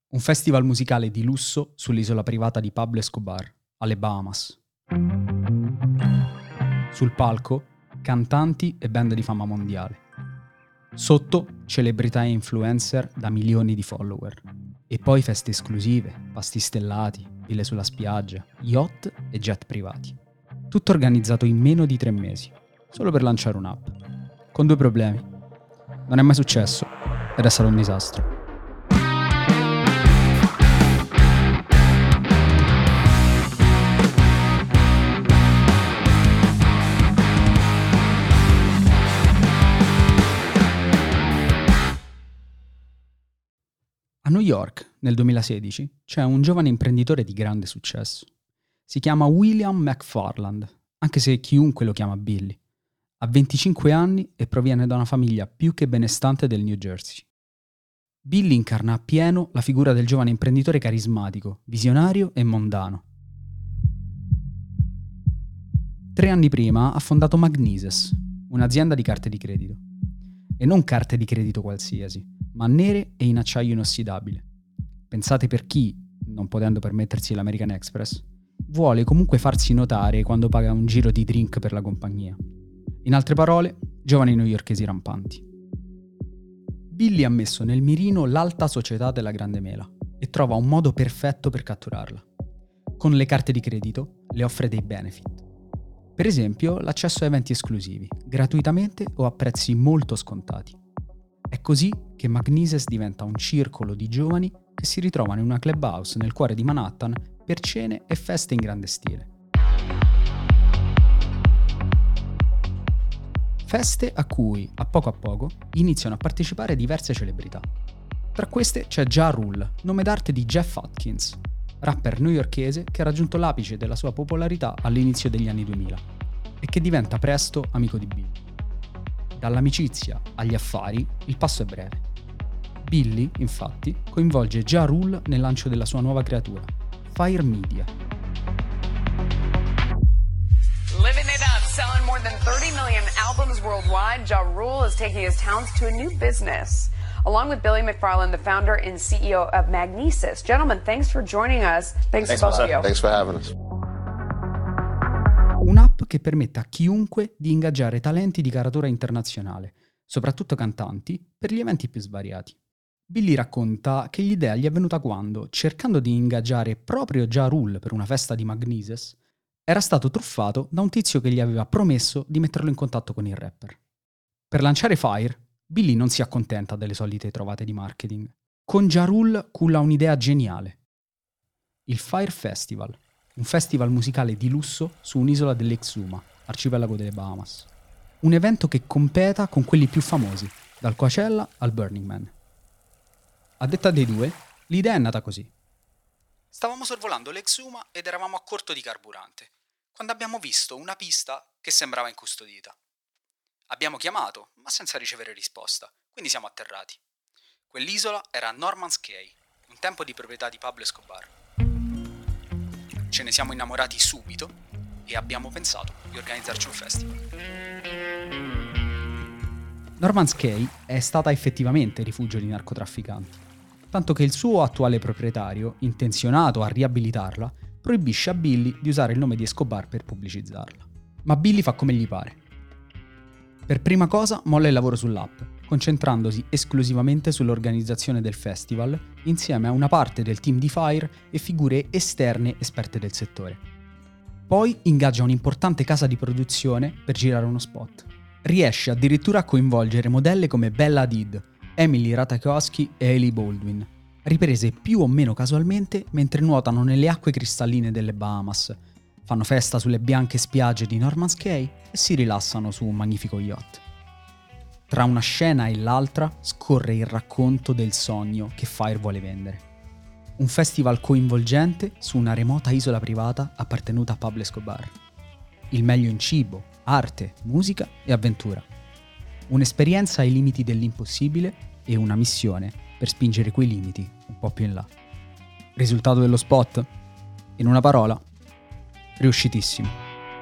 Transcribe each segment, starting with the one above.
Un festival musicale di lusso sull'isola privata di Pablo Escobar, alle Bahamas. Sul palco, cantanti e band di fama mondiale. Sotto, celebrità e influencer da milioni di follower. E poi feste esclusive, pasti stellati, ville sulla spiaggia, yacht e jet privati. Tutto organizzato in meno di 3 mesi, solo per lanciare un'app. Con 2 problemi. Non è mai successo ed è stato un disastro. A New York, nel 2016, c'è un giovane imprenditore di grande successo. Si chiama William McFarland, anche se chiunque lo chiama Billy. Ha 25 anni e proviene da una famiglia più che benestante del New Jersey. Billy incarna appieno la figura del giovane imprenditore carismatico, visionario e mondano. 3 anni prima ha fondato Magnises, un'azienda di carte di credito. E non carte di credito qualsiasi, ma nere e in acciaio inossidabile. Pensate per chi, non potendo permettersi l'American Express, vuole comunque farsi notare quando paga un giro di drink per la compagnia. In altre parole, giovani newyorkesi rampanti. Billy ha messo nel mirino l'alta società della Grande Mela e trova un modo perfetto per catturarla. Con le carte di credito le offre dei benefit. Per esempio, l'accesso a eventi esclusivi, gratuitamente o a prezzi molto scontati. È così che Magnises diventa un circolo di giovani che si ritrovano in una clubhouse nel cuore di Manhattan per cene e feste in grande stile. Feste a cui, a poco, iniziano a partecipare diverse celebrità. Tra queste c'è Ja Rule, nome d'arte di Jeff Atkins, rapper newyorkese che ha raggiunto l'apice della sua popolarità all'inizio degli anni 2000 e che diventa presto amico di Billy. Dall'amicizia agli affari, il passo è breve. Billy, infatti, coinvolge Ja Rule nel lancio della sua nuova creatura, Fire Media. Living it up, selling more than 30 million albums worldwide, Ja Rule is taking his talents to a new business. Along with Billy McFarland, the founder and CEO of Magnises. Gentlemen, thanks for joining us. Thanks to both of you. Thanks for having us. Un'app che permette a chiunque di ingaggiare talenti di caratura internazionale, soprattutto cantanti, per gli eventi più svariati. Billy racconta che l'idea gli è venuta quando, cercando di ingaggiare proprio Ja Rule per una festa di Magnises, era stato truffato da un tizio che gli aveva promesso di metterlo in contatto con il rapper. Per lanciare Fire, Billy non si accontenta delle solite trovate di marketing. Con Ja Rule culla un'idea geniale. Il Fire Festival, un festival musicale di lusso su un'isola dell'Exuma, arcipelago delle Bahamas. Un evento che competa con quelli più famosi, dal Coachella al Burning Man. A detta dei due, l'idea è nata così. Stavamo sorvolando l'Exuma ed eravamo a corto di carburante, quando abbiamo visto una pista che sembrava incustodita. Abbiamo chiamato, ma senza ricevere risposta, quindi siamo atterrati. Quell'isola era Norman's Cay, un tempo di proprietà di Pablo Escobar. Ce ne siamo innamorati subito e abbiamo pensato di organizzarci un festival. Norman's Cay è stata effettivamente rifugio di narcotrafficanti, tanto che il suo attuale proprietario, intenzionato a riabilitarla, proibisce a Billy di usare il nome di Escobar per pubblicizzarla. Ma Billy fa come gli pare. Per prima cosa molla il lavoro sull'app, concentrandosi esclusivamente sull'organizzazione del festival insieme a una parte del team di Fire e figure esterne esperte del settore. Poi ingaggia un'importante casa di produzione per girare uno spot. Riesce addirittura a coinvolgere modelle come Bella Hadid, Emily Ratajkowski e Hailey Baldwin, riprese più o meno casualmente mentre nuotano nelle acque cristalline delle Bahamas, fanno festa sulle bianche spiagge di Norman's Cay e si rilassano su un magnifico yacht. Tra una scena e l'altra scorre il racconto del sogno che Fire vuole vendere. Un festival coinvolgente su una remota isola privata appartenuta a Pablo Escobar. Il meglio in cibo, arte, musica e avventura. Un'esperienza ai limiti dell'impossibile e una missione per spingere quei limiti un po' più in là. Risultato dello spot? In una parola, riuscitissimo.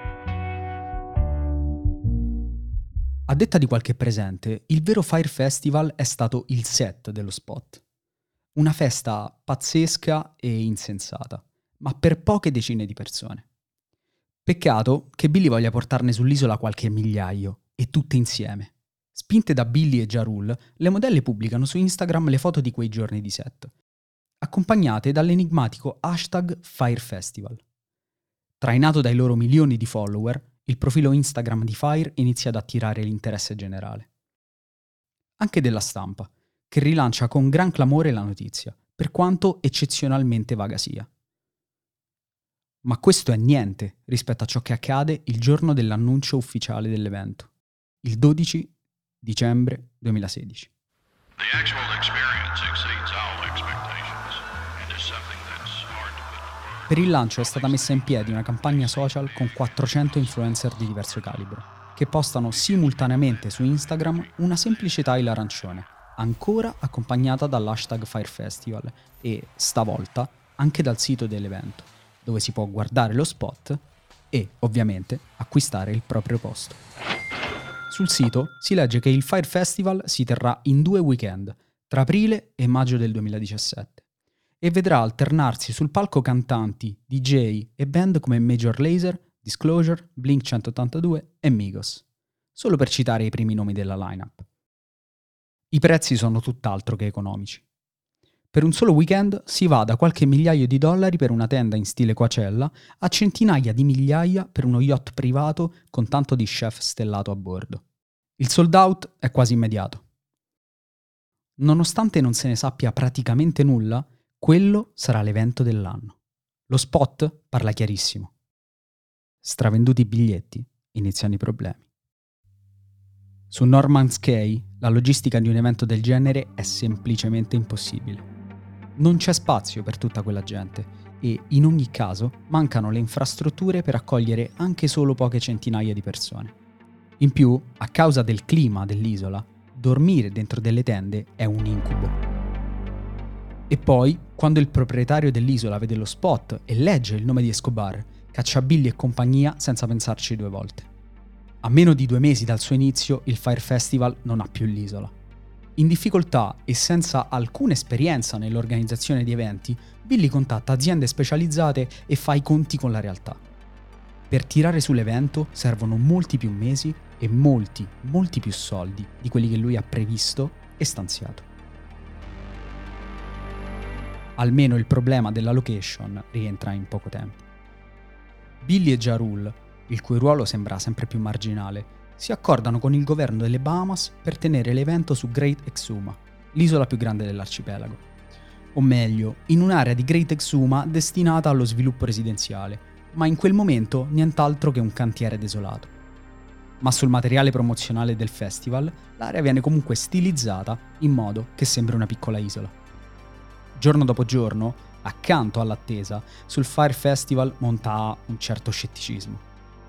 A detta di qualche presente, il vero Fire Festival è stato il set dello spot. Una festa pazzesca e insensata, ma per poche decine di persone. Peccato che Billy voglia portarne sull'isola qualche migliaio, e tutte insieme. Spinte da Billy e Ja Rule, le modelle pubblicano su Instagram le foto di quei giorni di set, accompagnate dall'enigmatico hashtag FireFestival. Trainato dai loro milioni di follower, il profilo Instagram di Fire inizia ad attirare l'interesse generale. Anche della stampa, che rilancia con gran clamore la notizia, per quanto eccezionalmente vaga sia. Ma questo è niente rispetto a ciò che accade il giorno dell'annuncio ufficiale dell'evento, il 12 dicembre 2016. The actual experience exceeds all expectations and is something that's hard to put into words. Per il lancio è stata messa in piedi una campagna social con 400 influencer di diverso calibro, che postano simultaneamente su Instagram una semplice tile arancione, ancora accompagnata dall'hashtag FireFestival e, stavolta, anche dal sito dell'evento, dove si può guardare lo spot e, ovviamente, acquistare il proprio posto. Sul sito si legge che il Fire Festival si terrà in 2 weekend, tra aprile e maggio del 2017, e vedrà alternarsi sul palco cantanti, DJ e band come Major Lazer, Disclosure, Blink-182 e Migos, solo per citare i primi nomi della lineup. I prezzi sono tutt'altro che economici. Per un solo weekend si va da qualche migliaio di dollari per una tenda in stile Coachella a centinaia di migliaia per uno yacht privato con tanto di chef stellato a bordo. Il sold out è quasi immediato. Nonostante non se ne sappia praticamente nulla, quello sarà l'evento dell'anno. Lo spot parla chiarissimo. Stravenduti i biglietti, iniziano i problemi. Su Norman's Cay, la logistica di un evento del genere è semplicemente impossibile. Non c'è spazio per tutta quella gente e, in ogni caso, mancano le infrastrutture per accogliere anche solo poche centinaia di persone. In più, a causa del clima dell'isola, dormire dentro delle tende è un incubo. E poi, quando il proprietario dell'isola vede lo spot e legge il nome di Escobar, caccia Billy e compagnia senza pensarci 2 volte. A meno di 2 mesi dal suo inizio, il Fire Festival non ha più l'isola. In difficoltà e senza alcuna esperienza nell'organizzazione di eventi, Billy contatta aziende specializzate e fa i conti con la realtà. Per tirare sull'evento servono molti più mesi e molti più soldi di quelli che lui ha previsto e stanziato. Almeno il problema della location rientra in poco tempo. Billy e Ja Rule, il cui ruolo sembra sempre più marginale, si accordano con il governo delle Bahamas per tenere l'evento su Great Exuma, l'isola più grande dell'arcipelago. O meglio, in un'area di Great Exuma destinata allo sviluppo residenziale, ma in quel momento nient'altro che un cantiere desolato. Ma sul materiale promozionale del festival, l'area viene comunque stilizzata in modo che sembri una piccola isola. Giorno dopo giorno, accanto all'attesa, sul Fire Festival monta un certo scetticismo.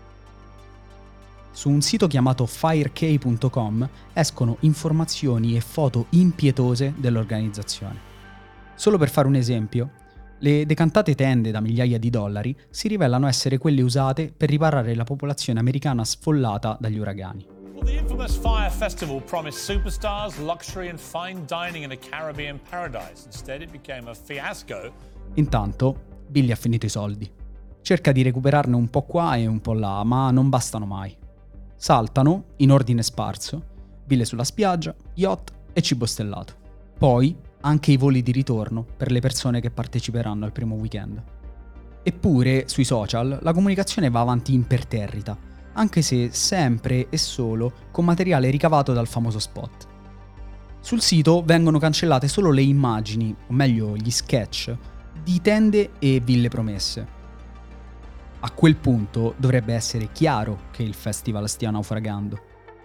Su un sito chiamato firekey.com escono informazioni e foto impietose dell'organizzazione. Solo per fare un esempio, le decantate tende da migliaia di dollari si rivelano essere quelle usate per riparare la popolazione americana sfollata dagli uragani. Well, the infamous Fire Festival promised superstars, luxury and fine dining in a Caribbean paradise. Instead, it became a fiasco. Intanto, Billy ha finito i soldi. Cerca di recuperarne un po' qua e un po' là, ma non bastano mai. Saltano, in ordine sparso, ville sulla spiaggia, yacht e cibo stellato. Poi anche i voli di ritorno per le persone che parteciperanno al primo weekend. Eppure, sui social, la comunicazione va avanti imperterrita, anche se sempre e solo con materiale ricavato dal famoso spot. Sul sito vengono cancellate solo le immagini, o meglio gli sketch, di tende e ville promesse. A quel punto dovrebbe essere chiaro che il festival stia naufragando.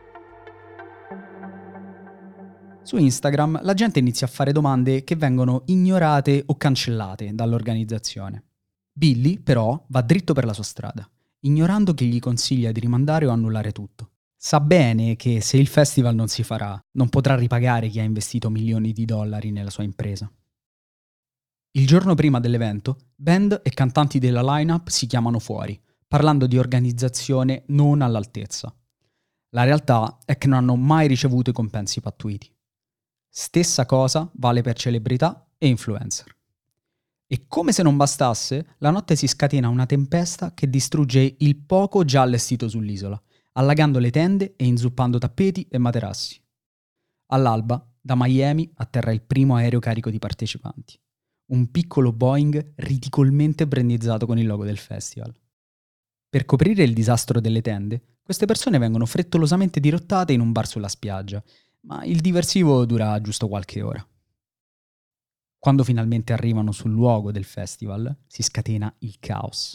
Su Instagram la gente inizia a fare domande che vengono ignorate o cancellate dall'organizzazione. Billy, però, va dritto per la sua strada, ignorando chi gli consiglia di rimandare o annullare tutto. Sa bene che se il festival non si farà, non potrà ripagare chi ha investito milioni di dollari nella sua impresa. Il giorno prima dell'evento, band e cantanti della line-up si chiamano fuori, parlando di organizzazione non all'altezza. La realtà è che non hanno mai ricevuto i compensi pattuiti. Stessa cosa vale per celebrità e influencer. E come se non bastasse, la notte si scatena una tempesta che distrugge il poco già allestito sull'isola, allagando le tende e inzuppando tappeti e materassi. All'alba, da Miami atterra il primo aereo carico di partecipanti. Un piccolo Boeing ridicolmente brandizzato con il logo del festival. Per coprire il disastro delle tende, queste persone vengono frettolosamente dirottate in un bar sulla spiaggia, ma il diversivo dura giusto qualche ora. Quando finalmente arrivano sul luogo del festival, si scatena il caos.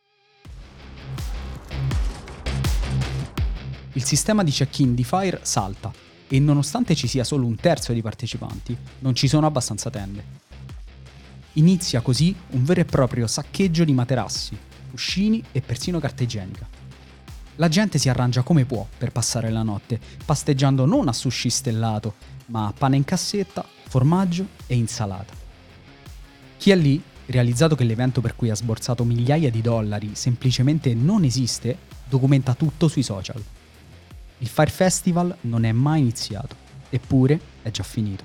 Il sistema di check-in di Fire salta e nonostante ci sia solo un terzo dei partecipanti, non ci sono abbastanza tende. Inizia così un vero e proprio saccheggio di materassi, cuscini e persino carta igienica. La gente si arrangia come può per passare la notte, pasteggiando non a sushi stellato, ma a pane in cassetta, formaggio e insalata. Chi è lì, realizzato che l'evento per cui ha sborsato migliaia di dollari semplicemente non esiste, documenta tutto sui social. Il Fire Festival non è mai iniziato, eppure è già finito.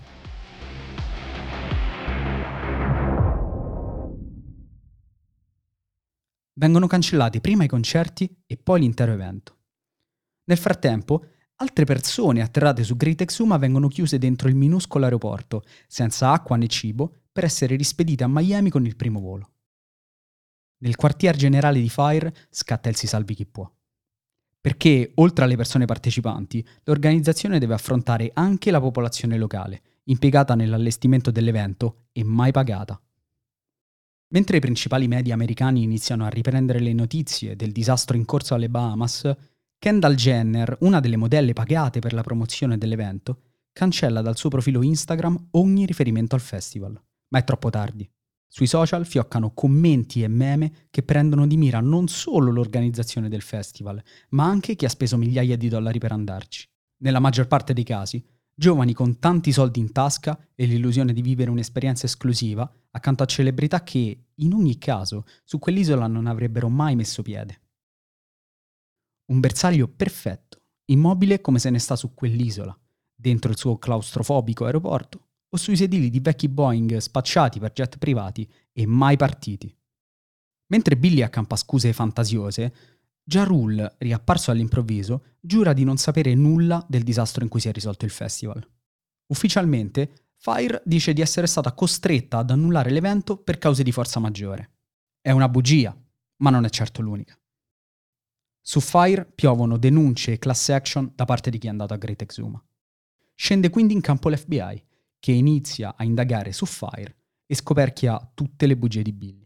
Vengono cancellati prima i concerti e poi l'intero evento. Nel frattempo, altre persone atterrate su Great Exuma vengono chiuse dentro il minuscolo aeroporto, senza acqua né cibo, per essere rispedite a Miami con il primo volo. Nel quartier generale di Fire scatta il si salvi chi può. Perché, oltre alle persone partecipanti, l'organizzazione deve affrontare anche la popolazione locale, impiegata nell'allestimento dell'evento e mai pagata. Mentre i principali media americani iniziano a riprendere le notizie del disastro in corso alle Bahamas, Kendall Jenner, una delle modelle pagate per la promozione dell'evento, cancella dal suo profilo Instagram ogni riferimento al festival. Ma è troppo tardi. Sui social fioccano commenti e meme che prendono di mira non solo l'organizzazione del festival, ma anche chi ha speso migliaia di dollari per andarci. Nella maggior parte dei casi, giovani con tanti soldi in tasca e l'illusione di vivere un'esperienza esclusiva accanto a celebrità che, in ogni caso, su quell'isola non avrebbero mai messo piede. Un bersaglio perfetto, immobile come se ne sta su quell'isola, dentro il suo claustrofobico aeroporto, o sui sedili di vecchi Boeing spacciati per jet privati e mai partiti. Mentre Billy accampa scuse fantasiose, Ja Rule, riapparso all'improvviso, giura di non sapere nulla del disastro in cui si è risolto il festival. Ufficialmente, Fire dice di essere stata costretta ad annullare l'evento per cause di forza maggiore. È una bugia, ma non è certo l'unica. Su Fire piovono denunce e class action da parte di chi è andato a Great Exuma. Scende quindi in campo l'FBI, che inizia a indagare su Fire e scoperchia tutte le bugie di Billy.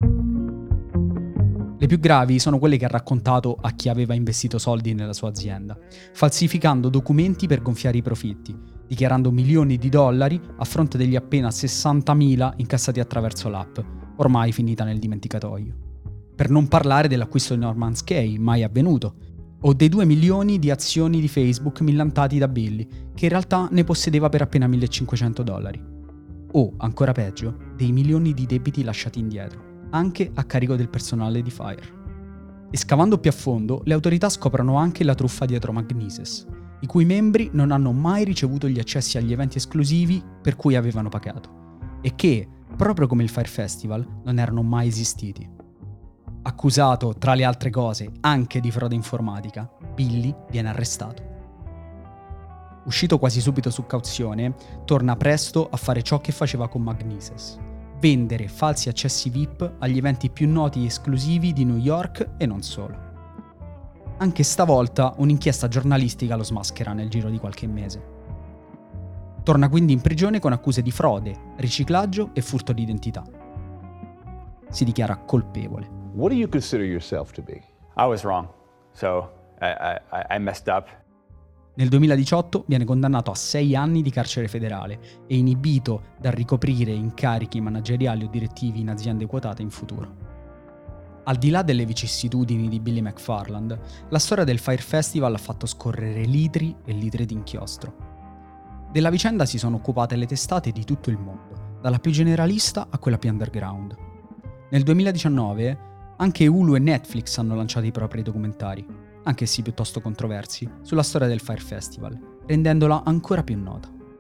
Le più gravi sono quelle che ha raccontato a chi aveva investito soldi nella sua azienda, falsificando documenti per gonfiare i profitti, dichiarando milioni di dollari a fronte degli appena 60.000 incassati attraverso l'app, ormai finita nel dimenticatoio. Per non parlare dell'acquisto di Norman's Cay, mai avvenuto, o dei 2 milioni di azioni di Facebook millantati da Billy, che in realtà ne possedeva per appena $1.500. O, ancora peggio, dei milioni di debiti lasciati indietro, anche a carico del personale di Fire. E scavando più a fondo, le autorità scoprono anche la truffa dietro Magnises, i cui membri non hanno mai ricevuto gli accessi agli eventi esclusivi per cui avevano pagato, e che, proprio come il Fire Festival, non erano mai esistiti. Accusato, tra le altre cose, anche di frode informatica, Billy viene arrestato. Uscito quasi subito su cauzione, torna presto a fare ciò che faceva con Magnises: vendere falsi accessi VIP agli eventi più noti e esclusivi di New York e non solo. Anche stavolta un'inchiesta giornalistica lo smaschera nel giro di qualche mese. Torna quindi in prigione con accuse di frode, riciclaggio e furto di identità. Si dichiara colpevole. What do you consider yourself to be? I was wrong, so I messed up. Nel 2018 viene condannato a 6 anni di carcere federale e inibito dal ricoprire incarichi manageriali o direttivi in aziende quotate in futuro. Al di là delle vicissitudini di Billy McFarland, la storia del Fire Festival ha fatto scorrere litri e litri di inchiostro. Della vicenda si sono occupate le testate di tutto il mondo, dalla più generalista a quella più underground. Nel 2019 anche Hulu e Netflix hanno lanciato i propri documentari, anch'essi piuttosto controversi, sulla storia del Fire Festival, rendendola ancora più nota.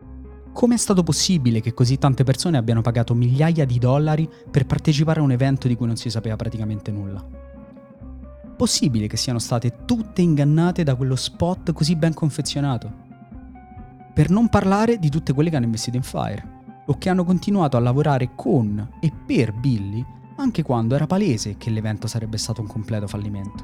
Come è stato possibile che così tante persone abbiano pagato migliaia di dollari per partecipare a un evento di cui non si sapeva praticamente nulla? Possibile che siano state tutte ingannate da quello spot così ben confezionato? Per non parlare di tutte quelle che hanno investito in Fyre, o che hanno continuato a lavorare con e per Billy anche quando era palese che l'evento sarebbe stato un completo fallimento.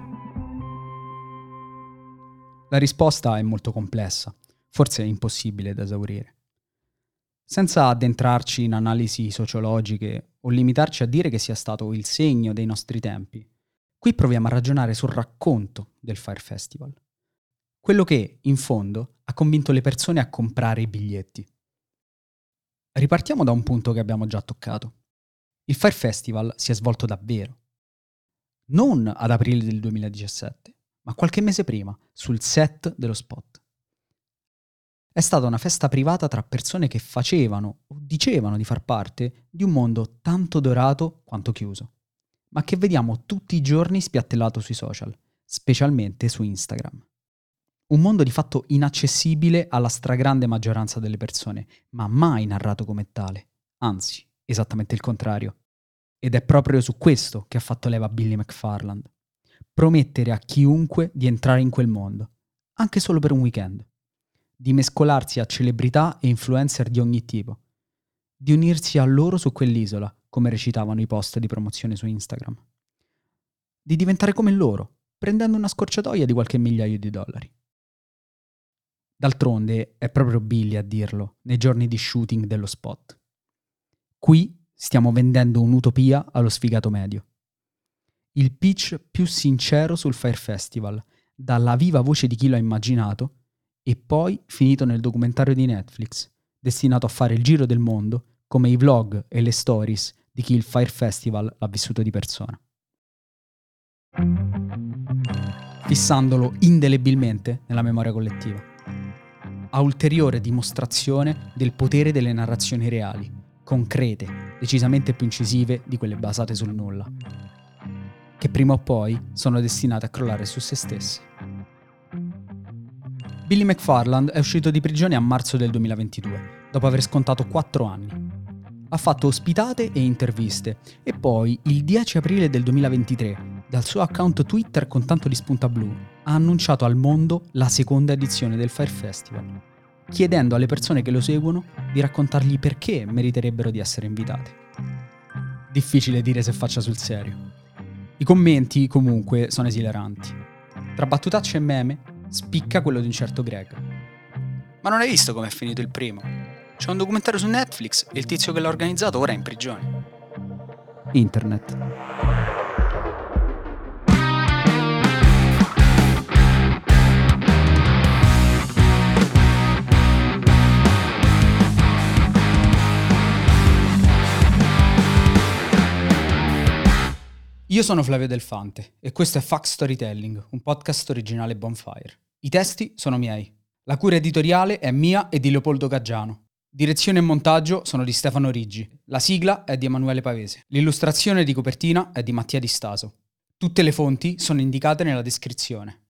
La risposta è molto complessa, forse è impossibile da esaurire. Senza addentrarci in analisi sociologiche o limitarci a dire che sia stato il segno dei nostri tempi, qui proviamo a ragionare sul racconto del Fyre Festival. Quello che, in fondo, ha convinto le persone a comprare i biglietti. Ripartiamo da un punto che abbiamo già toccato. Il Fyre Festival si è svolto davvero. Non ad aprile del 2017, ma qualche mese prima, sul set dello spot. È stata una festa privata tra persone che facevano o dicevano di far parte di un mondo tanto dorato quanto chiuso, ma che vediamo tutti i giorni spiattellato sui social, specialmente su Instagram. Un mondo di fatto inaccessibile alla stragrande maggioranza delle persone, ma mai narrato come tale. Anzi, esattamente il contrario. Ed è proprio su questo che ha fatto leva Billy McFarland. Promettere a chiunque di entrare in quel mondo, anche solo per un weekend. Di mescolarsi a celebrità e influencer di ogni tipo. Di unirsi a loro su quell'isola, come recitavano i post di promozione su Instagram. Di diventare come loro, prendendo una scorciatoia di qualche migliaio di dollari. D'altronde è proprio Billy a dirlo, nei giorni di shooting dello spot. Qui stiamo vendendo un'utopia allo sfigato medio. Il pitch più sincero sul Fyre Festival, dalla viva voce di chi l'ha immaginato, e poi finito nel documentario di Netflix, destinato a fare il giro del mondo come i vlog e le stories di chi il Fyre Festival l'ha vissuto di persona. Fissandolo indelebilmente nella memoria collettiva. A ulteriore dimostrazione del potere delle narrazioni reali, concrete, decisamente più incisive di quelle basate sul nulla, che prima o poi sono destinate a crollare su se stesse. Billy McFarland è uscito di prigione a marzo del 2022, dopo aver scontato 4 anni. Ha fatto ospitate e interviste, e poi, il 10 aprile del 2023, dal suo account Twitter con tanto di spunta blu, ha annunciato al mondo la seconda edizione del Fyre Festival, chiedendo alle persone che lo seguono di raccontargli perché meriterebbero di essere invitate. Difficile dire se faccia sul serio. I commenti, comunque, sono esileranti. Tra battutacce e meme, spicca quello di un certo Greg. Ma non hai visto com'è finito il primo? C'è un documentario su Netflix e il tizio che l'ha organizzato ora è in prigione. Internet. Io sono Flavio Delfante e questo è Fact Storytelling, un podcast originale Bonfire. I testi sono miei. La cura editoriale è mia e di Leopoldo Gaggiano. Direzione e montaggio sono di Stefano Riggi. La sigla è di Emanuele Pavese. L'illustrazione di copertina è di Mattia Di Staso. Tutte le fonti sono indicate nella descrizione.